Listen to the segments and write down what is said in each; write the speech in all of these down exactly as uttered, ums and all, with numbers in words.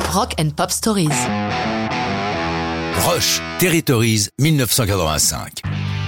Rock and Pop Stories. Rush, Territories, dix-neuf cent quatre-vingt-cinq.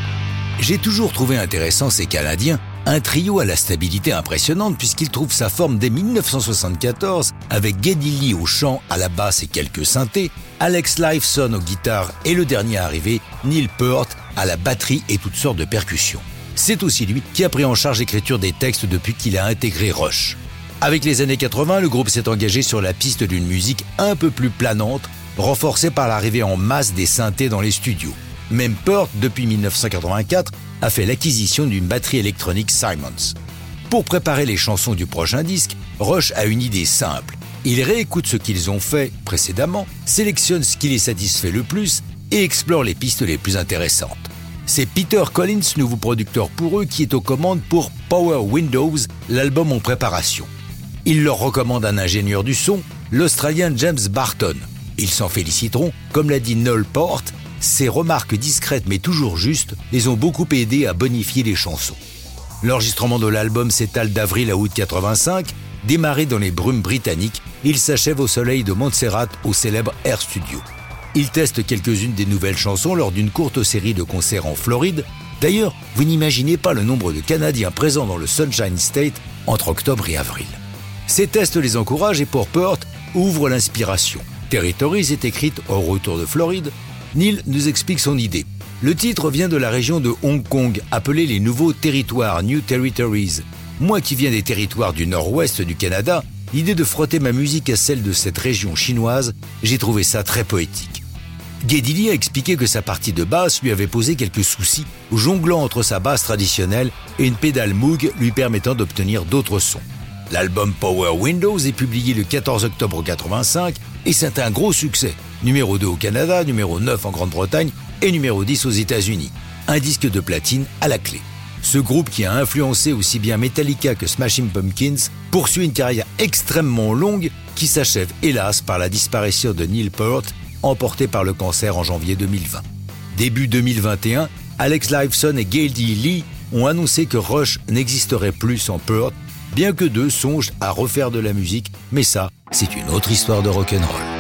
J'ai toujours trouvé intéressant ces Canadiens, un trio à la stabilité impressionnante puisqu'il trouve sa forme dès dix-neuf cent soixante-quatorze avec Geddy Lee au chant, à la basse et quelques synthés, Alex Lifeson aux guitares et le dernier arrivé, Neil Peart, à la batterie et toutes sortes de percussions. C'est aussi lui qui a pris en charge l'écriture des textes depuis qu'il a intégré Rush. Avec les années quatre-vingts, le groupe s'est engagé sur la piste d'une musique un peu plus planante, renforcée par l'arrivée en masse des synthés dans les studios. Même Peart, depuis dix-neuf cent quatre-vingt-quatre, a fait l'acquisition d'une batterie électronique Simmons. Pour préparer les chansons du prochain disque, Rush a une idée simple. Il réécoute ce qu'ils ont fait précédemment, sélectionne ce qui les satisfait le plus et explore les pistes les plus intéressantes. C'est Peter Collins, nouveau producteur pour eux, qui est aux commandes pour Power Windows, l'album en préparation. Il leur recommande un ingénieur du son, l'Australien James Barton. Ils s'en féliciteront, comme l'a dit Noel Peart, ces remarques discrètes mais toujours justes les ont beaucoup aidés à bonifier les chansons. L'enregistrement de l'album s'étale d'avril à août quatre-vingt-cinq, démarré dans les brumes britanniques, il s'achève au soleil de Montserrat au célèbre Air Studio. Il teste quelques-unes des nouvelles chansons lors d'une courte série de concerts en Floride. D'ailleurs, vous n'imaginez pas le nombre de Canadiens présents dans le Sunshine State entre octobre et avril. Ces tests les encouragent et pour Peart ouvrent l'inspiration. Territories est écrite au retour de Floride. Neil nous explique son idée. Le titre vient de la région de Hong Kong, appelée les Nouveaux Territoires, New Territories. Moi qui viens des territoires du nord-ouest du Canada, l'idée de frotter ma musique à celle de cette région chinoise, j'ai trouvé ça très poétique. Geddy Lee a expliqué que sa partie de basse lui avait posé quelques soucis, jonglant entre sa basse traditionnelle et une pédale Moog lui permettant d'obtenir d'autres sons. L'album Power Windows est publié le quatorze octobre quatre-vingt-cinq et c'est un gros succès. Numéro deux au Canada, numéro neuf en Grande-Bretagne et numéro dix aux États-Unis. Un disque de platine à la clé. Ce groupe qui a influencé aussi bien Metallica que Smashing Pumpkins poursuit une carrière extrêmement longue qui s'achève hélas par la disparition de Neil Peart, emporté par le cancer en janvier deux mille vingt. Début deux mille vingt et un, Alex Lifeson et Geddy Lee ont annoncé que Rush n'existerait plus sans Peart, bien que deux songent à refaire de la musique, mais ça, c'est une autre histoire de rock'n'roll.